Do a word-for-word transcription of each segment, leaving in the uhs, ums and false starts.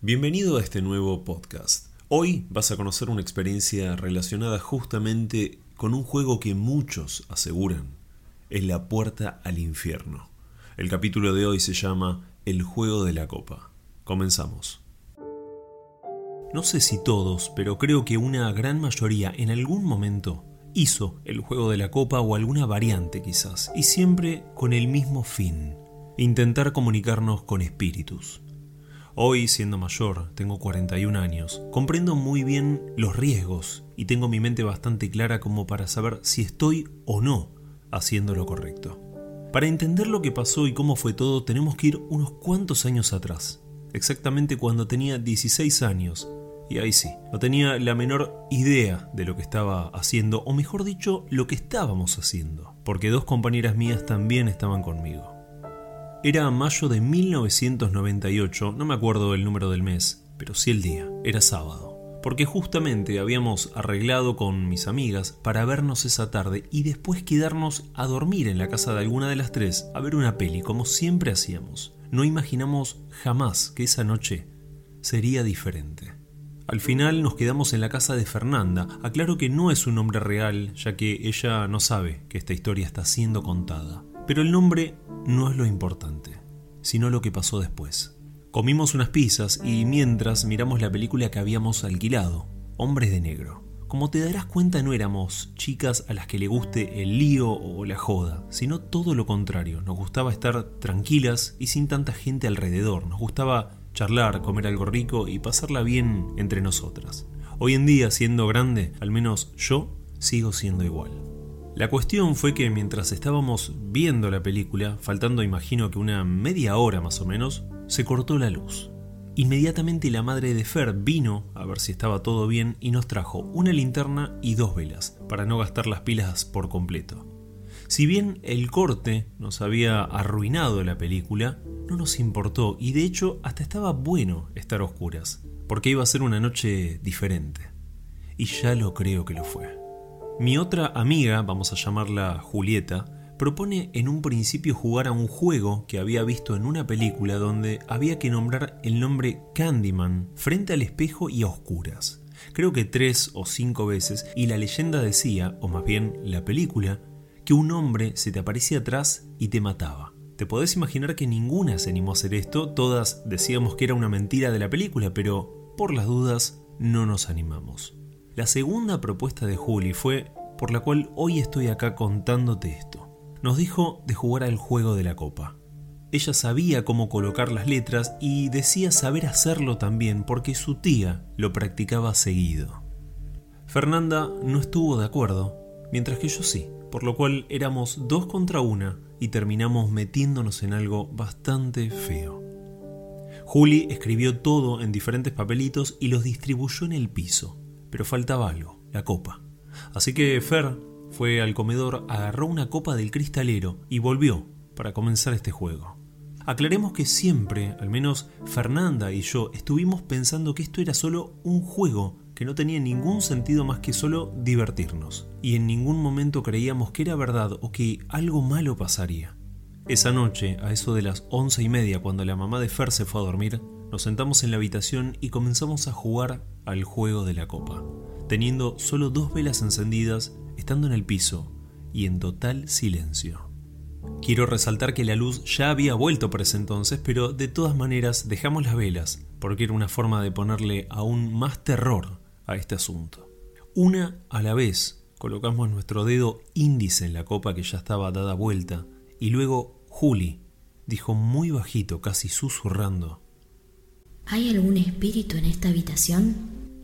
Bienvenido a este nuevo podcast. Hoy vas a conocer una experiencia relacionada justamente con un juego que muchos aseguran es la puerta al infierno. El capítulo de hoy se llama El juego de la copa. Comenzamos. No sé si todos, pero creo que una gran mayoría en algún momento hizo el juego de la copa o alguna variante quizás, y siempre con el mismo fin: intentar comunicarnos con espíritus. Hoy, siendo mayor, tengo cuarenta y un años, comprendo muy bien los riesgos y tengo mi mente bastante clara como para saber si estoy o no haciendo lo correcto. Para entender lo que pasó y cómo fue todo, tenemos que ir unos cuantos años atrás, exactamente cuando tenía dieciséis años, y ahí sí, no tenía la menor idea de lo que estaba haciendo, o mejor dicho, lo que estábamos haciendo, porque dos compañeras mías también estaban conmigo. Era mayo de mil novecientos noventa y ocho, no me acuerdo el número del mes, pero sí el día, era sábado. Porque justamente habíamos arreglado con mis amigas para vernos esa tarde y después quedarnos a dormir en la casa de alguna de las tres a ver una peli, como siempre hacíamos. No imaginamos jamás que esa noche sería diferente. Al final nos quedamos en la casa de Fernanda. Aclaro que no es un nombre real, ya que ella no sabe que esta historia está siendo contada. Pero el nombre no es lo importante, sino lo que pasó después. Comimos unas pizzas y mientras miramos la película que habíamos alquilado, Hombres de Negro. Como te darás cuenta, no éramos chicas a las que le guste el lío o la joda, sino todo lo contrario. Nos gustaba estar tranquilas y sin tanta gente alrededor. Nos gustaba charlar, comer algo rico y pasarla bien entre nosotras. Hoy en día, siendo grande, al menos yo sigo siendo igual. La cuestión fue que mientras estábamos viendo la película, faltando imagino que una media hora más o menos, se cortó la luz. Inmediatamente la madre de Fer vino a ver si estaba todo bien y nos trajo una linterna y dos velas, para no gastar las pilas por completo. Si bien el corte nos había arruinado la película, no nos importó y de hecho hasta estaba bueno estar a oscuras, porque iba a ser una noche diferente. Y ya lo creo que lo fue. Mi otra amiga, vamos a llamarla Julieta, propone en un principio jugar a un juego que había visto en una película donde había que nombrar el nombre Candyman frente al espejo y a oscuras. Creo que tres o cinco veces, y la leyenda decía, o más bien la película, que un hombre se te aparecía atrás y te mataba. Te podés imaginar que ninguna se animó a hacer esto, todas decíamos que era una mentira de la película, pero por las dudas no nos animamos. La segunda propuesta de Juli fue por la cual hoy estoy acá contándote esto. Nos dijo de jugar al juego de la copa. Ella sabía cómo colocar las letras y decía saber hacerlo también porque su tía lo practicaba seguido. Fernanda no estuvo de acuerdo, mientras que yo sí, por lo cual éramos dos contra una y terminamos metiéndonos en algo bastante feo. Juli escribió todo en diferentes papelitos y los distribuyó en el piso. Pero faltaba algo, la copa. Así que Fer fue al comedor, agarró una copa del cristalero y volvió para comenzar este juego. Aclaremos que siempre, al menos Fernanda y yo, estuvimos pensando que esto era solo un juego que no tenía ningún sentido más que solo divertirnos. Y en ningún momento creíamos que era verdad o que algo malo pasaría. Esa noche, a eso de las once y media, cuando la mamá de Fer se fue a dormir, nos sentamos en la habitación y comenzamos a jugar al juego de la copa, teniendo solo dos velas encendidas, estando en el piso y en total silencio. Quiero resaltar que la luz ya había vuelto para ese entonces, pero de todas maneras dejamos las velas, porque era una forma de ponerle aún más terror a este asunto. Una a la vez colocamos nuestro dedo índice en la copa que ya estaba dada vuelta, y luego Juli dijo muy bajito, casi susurrando: ¿Hay algún espíritu en esta habitación?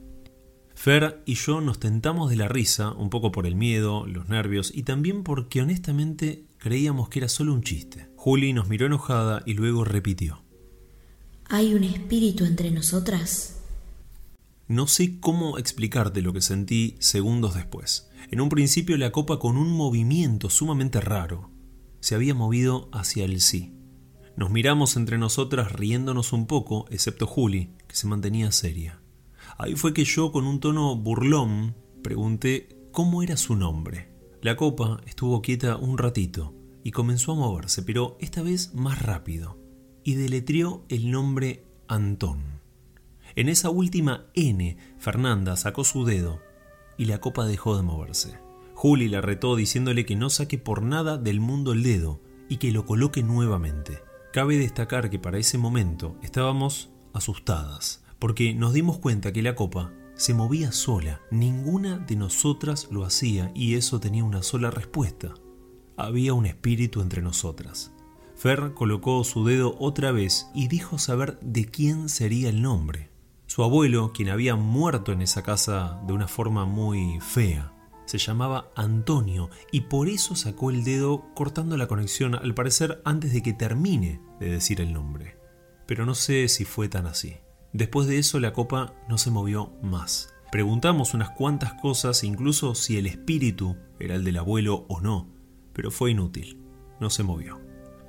Fer y yo nos tentamos de la risa, un poco por el miedo, los nervios y también porque honestamente creíamos que era solo un chiste. Juli nos miró enojada y luego repitió: ¿Hay un espíritu entre nosotras? No sé cómo explicarte lo que sentí segundos después. En un principio la copa, con un movimiento sumamente raro, se había movido hacia el sí. Nos miramos entre nosotras riéndonos un poco, excepto Juli, que se mantenía seria. Ahí fue que yo, con un tono burlón, pregunté cómo era su nombre. La copa estuvo quieta un ratito y comenzó a moverse, pero esta vez más rápido, y deletreó el nombre Antón. En esa última N, Fernanda sacó su dedo y la copa dejó de moverse. Juli la retó diciéndole que no saque por nada del mundo el dedo y que lo coloque nuevamente. Cabe destacar que para ese momento estábamos asustadas, porque nos dimos cuenta que la copa se movía sola. Ninguna de nosotras lo hacía y eso tenía una sola respuesta. Había un espíritu entre nosotras. Fer colocó su dedo otra vez y dijo saber de quién sería el nombre. Su abuelo, quien había muerto en esa casa de una forma muy fea, se llamaba Antonio y por eso sacó el dedo cortando la conexión, al parecer antes de que termine de decir el nombre. Pero no sé si fue tan así. Después de eso la copa no se movió más. Preguntamos unas cuantas cosas, incluso si el espíritu era el del abuelo o no, pero fue inútil, no se movió.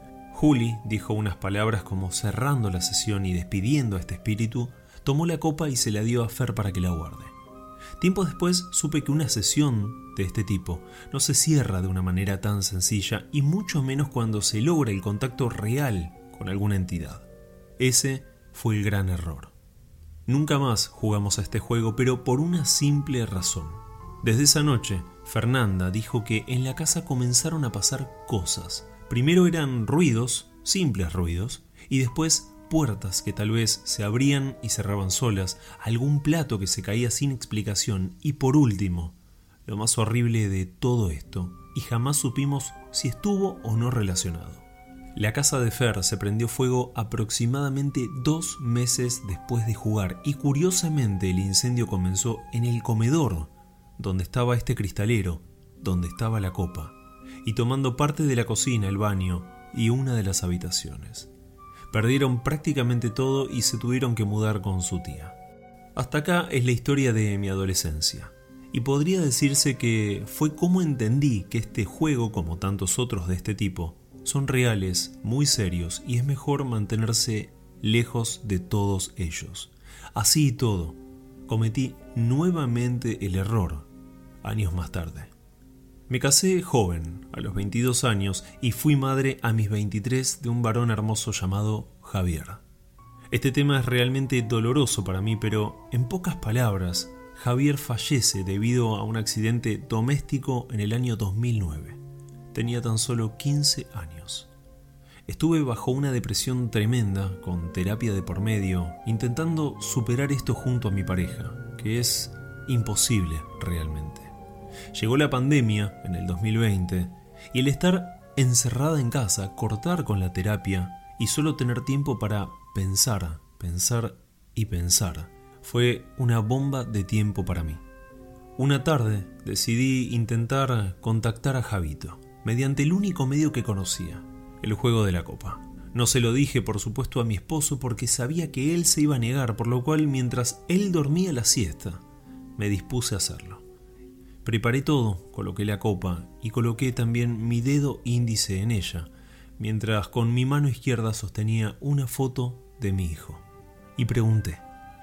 Juli dijo unas palabras como cerrando la sesión y despidiendo a este espíritu, tomó la copa y se la dio a Fer para que la guarde. Tiempo después supe que una sesión de este tipo no se cierra de una manera tan sencilla y mucho menos cuando se logra el contacto real con alguna entidad. Ese fue el gran error. Nunca más jugamos a este juego, pero por una simple razón. Desde esa noche, Fernanda dijo que en la casa comenzaron a pasar cosas. Primero eran ruidos, simples ruidos, y después puertas que tal vez se abrían y cerraban solas, algún plato que se caía sin explicación y por último, lo más horrible de todo esto, y jamás supimos si estuvo o no relacionado. La casa de Fer se prendió fuego aproximadamente dos meses después de jugar y curiosamente el incendio comenzó en el comedor, donde estaba este cristalero, donde estaba la copa, y tomando parte de la cocina, el baño y una de las habitaciones. Perdieron prácticamente todo y se tuvieron que mudar con su tía. Hasta acá es la historia de mi adolescencia. Y podría decirse que fue como entendí que este juego, como tantos otros de este tipo, son reales, muy serios y es mejor mantenerse lejos de todos ellos. Así y todo, cometí nuevamente el error años más tarde. Me casé joven, a los veintidós años, y fui madre a mis veintitrés de un varón hermoso llamado Javier. Este tema es realmente doloroso para mí, pero en pocas palabras, Javier fallece debido a un accidente doméstico en el año dos mil nueve. Tenía tan solo quince años. Estuve bajo una depresión tremenda, con terapia de por medio, intentando superar esto junto a mi pareja, que es imposible realmente. Llegó la pandemia en el dos mil veinte y el estar encerrada en casa, cortar con la terapia y solo tener tiempo para pensar, pensar y pensar, fue una bomba de tiempo para mí. Una tarde decidí intentar contactar a Javito, mediante el único medio que conocía, el juego de la copa. No se lo dije, por supuesto, a mi esposo porque sabía que él se iba a negar, por lo cual mientras él dormía la siesta, me dispuse a hacerlo. Preparé todo, coloqué la copa y coloqué también mi dedo índice en ella, mientras con mi mano izquierda sostenía una foto de mi hijo. Y pregunté: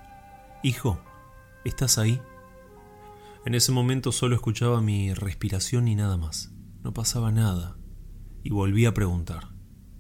«Hijo, ¿estás ahí?». En ese momento solo escuchaba mi respiración y nada más. No pasaba nada. Y volví a preguntar: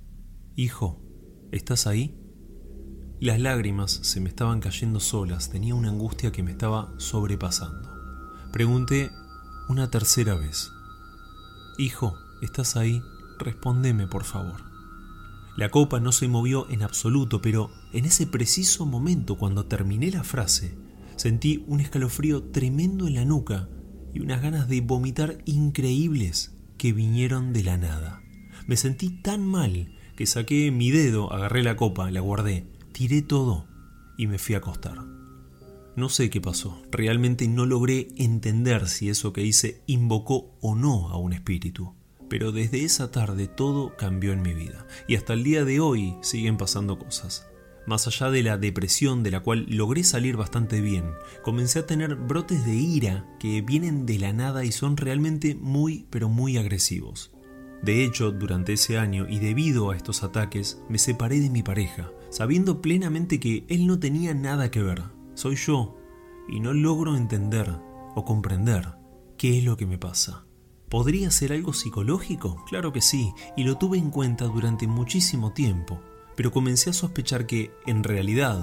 «Hijo, ¿estás ahí?». Las lágrimas se me estaban cayendo solas, tenía una angustia que me estaba sobrepasando. Pregunté una tercera vez: «Hijo, ¿estás ahí? Respóndeme, por favor». La copa no se movió en absoluto, pero en ese preciso momento, cuando terminé la frase, sentí un escalofrío tremendo en la nuca y unas ganas de vomitar increíbles que vinieron de la nada. Me sentí tan mal que saqué mi dedo, agarré la copa, la guardé, tiré todo y me fui a acostar. No sé qué pasó, realmente no logré entender si eso que hice invocó o no a un espíritu, pero desde esa tarde todo cambió en mi vida y hasta el día de hoy siguen pasando cosas. Más allá de la depresión de la cual logré salir bastante bien, comencé a tener brotes de ira que vienen de la nada y son realmente muy pero muy agresivos. De hecho, durante ese año y debido a estos ataques, me separé de mi pareja, sabiendo plenamente que él no tenía nada que ver. Soy yo, y no logro entender o comprender qué es lo que me pasa. ¿Podría ser algo psicológico? Claro que sí, y lo tuve en cuenta durante muchísimo tiempo, pero comencé a sospechar que, en realidad,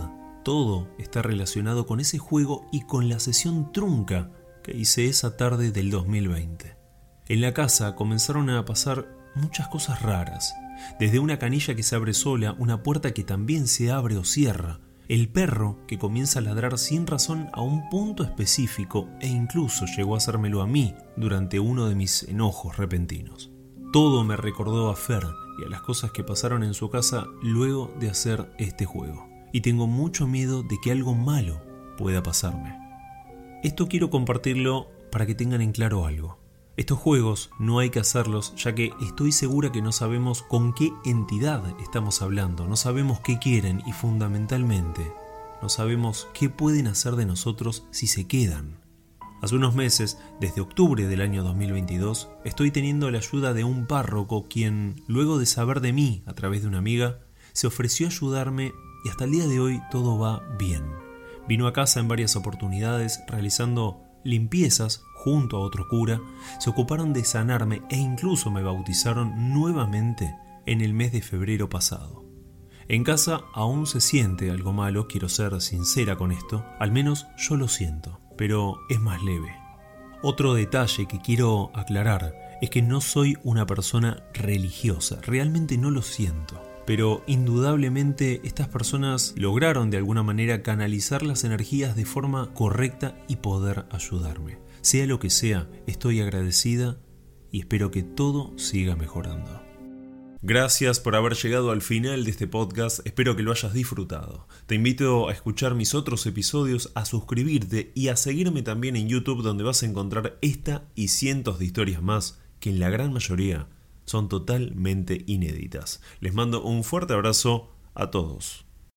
todo está relacionado con ese juego y con la sesión trunca que hice esa tarde del dos mil veinte. En la casa comenzaron a pasar muchas cosas raras, desde una canilla que se abre sola, una puerta que también se abre o cierra, el perro que comienza a ladrar sin razón a un punto específico e incluso llegó a hacérmelo a mí durante uno de mis enojos repentinos. Todo me recordó a Fer y a las cosas que pasaron en su casa luego de hacer este juego. Y tengo mucho miedo de que algo malo pueda pasarme. Esto quiero compartirlo para que tengan en claro algo. Estos juegos no hay que hacerlos, ya que estoy segura que no sabemos con qué entidad estamos hablando, no sabemos qué quieren y fundamentalmente no sabemos qué pueden hacer de nosotros si se quedan. Hace unos meses, desde octubre del año dos mil veintidós, estoy teniendo la ayuda de un párroco quien, luego de saber de mí a través de una amiga, se ofreció a ayudarme y hasta el día de hoy todo va bien. Vino a casa en varias oportunidades realizando limpiezas junto a otro cura, se ocuparon de sanarme e incluso me bautizaron nuevamente en el mes de febrero pasado. En casa aún se siente algo malo, quiero ser sincera con esto, al menos yo lo siento, pero es más leve. Otro detalle que quiero aclarar es que no soy una persona religiosa, realmente no lo siento. Pero indudablemente estas personas lograron de alguna manera canalizar las energías de forma correcta y poder ayudarme. Sea lo que sea, estoy agradecida y espero que todo siga mejorando. Gracias por haber llegado al final de este podcast, espero que lo hayas disfrutado. Te invito a escuchar mis otros episodios, a suscribirte y a seguirme también en YouTube, donde vas a encontrar esta y cientos de historias más que en la gran mayoría son totalmente inéditas. Les mando un fuerte abrazo a todos.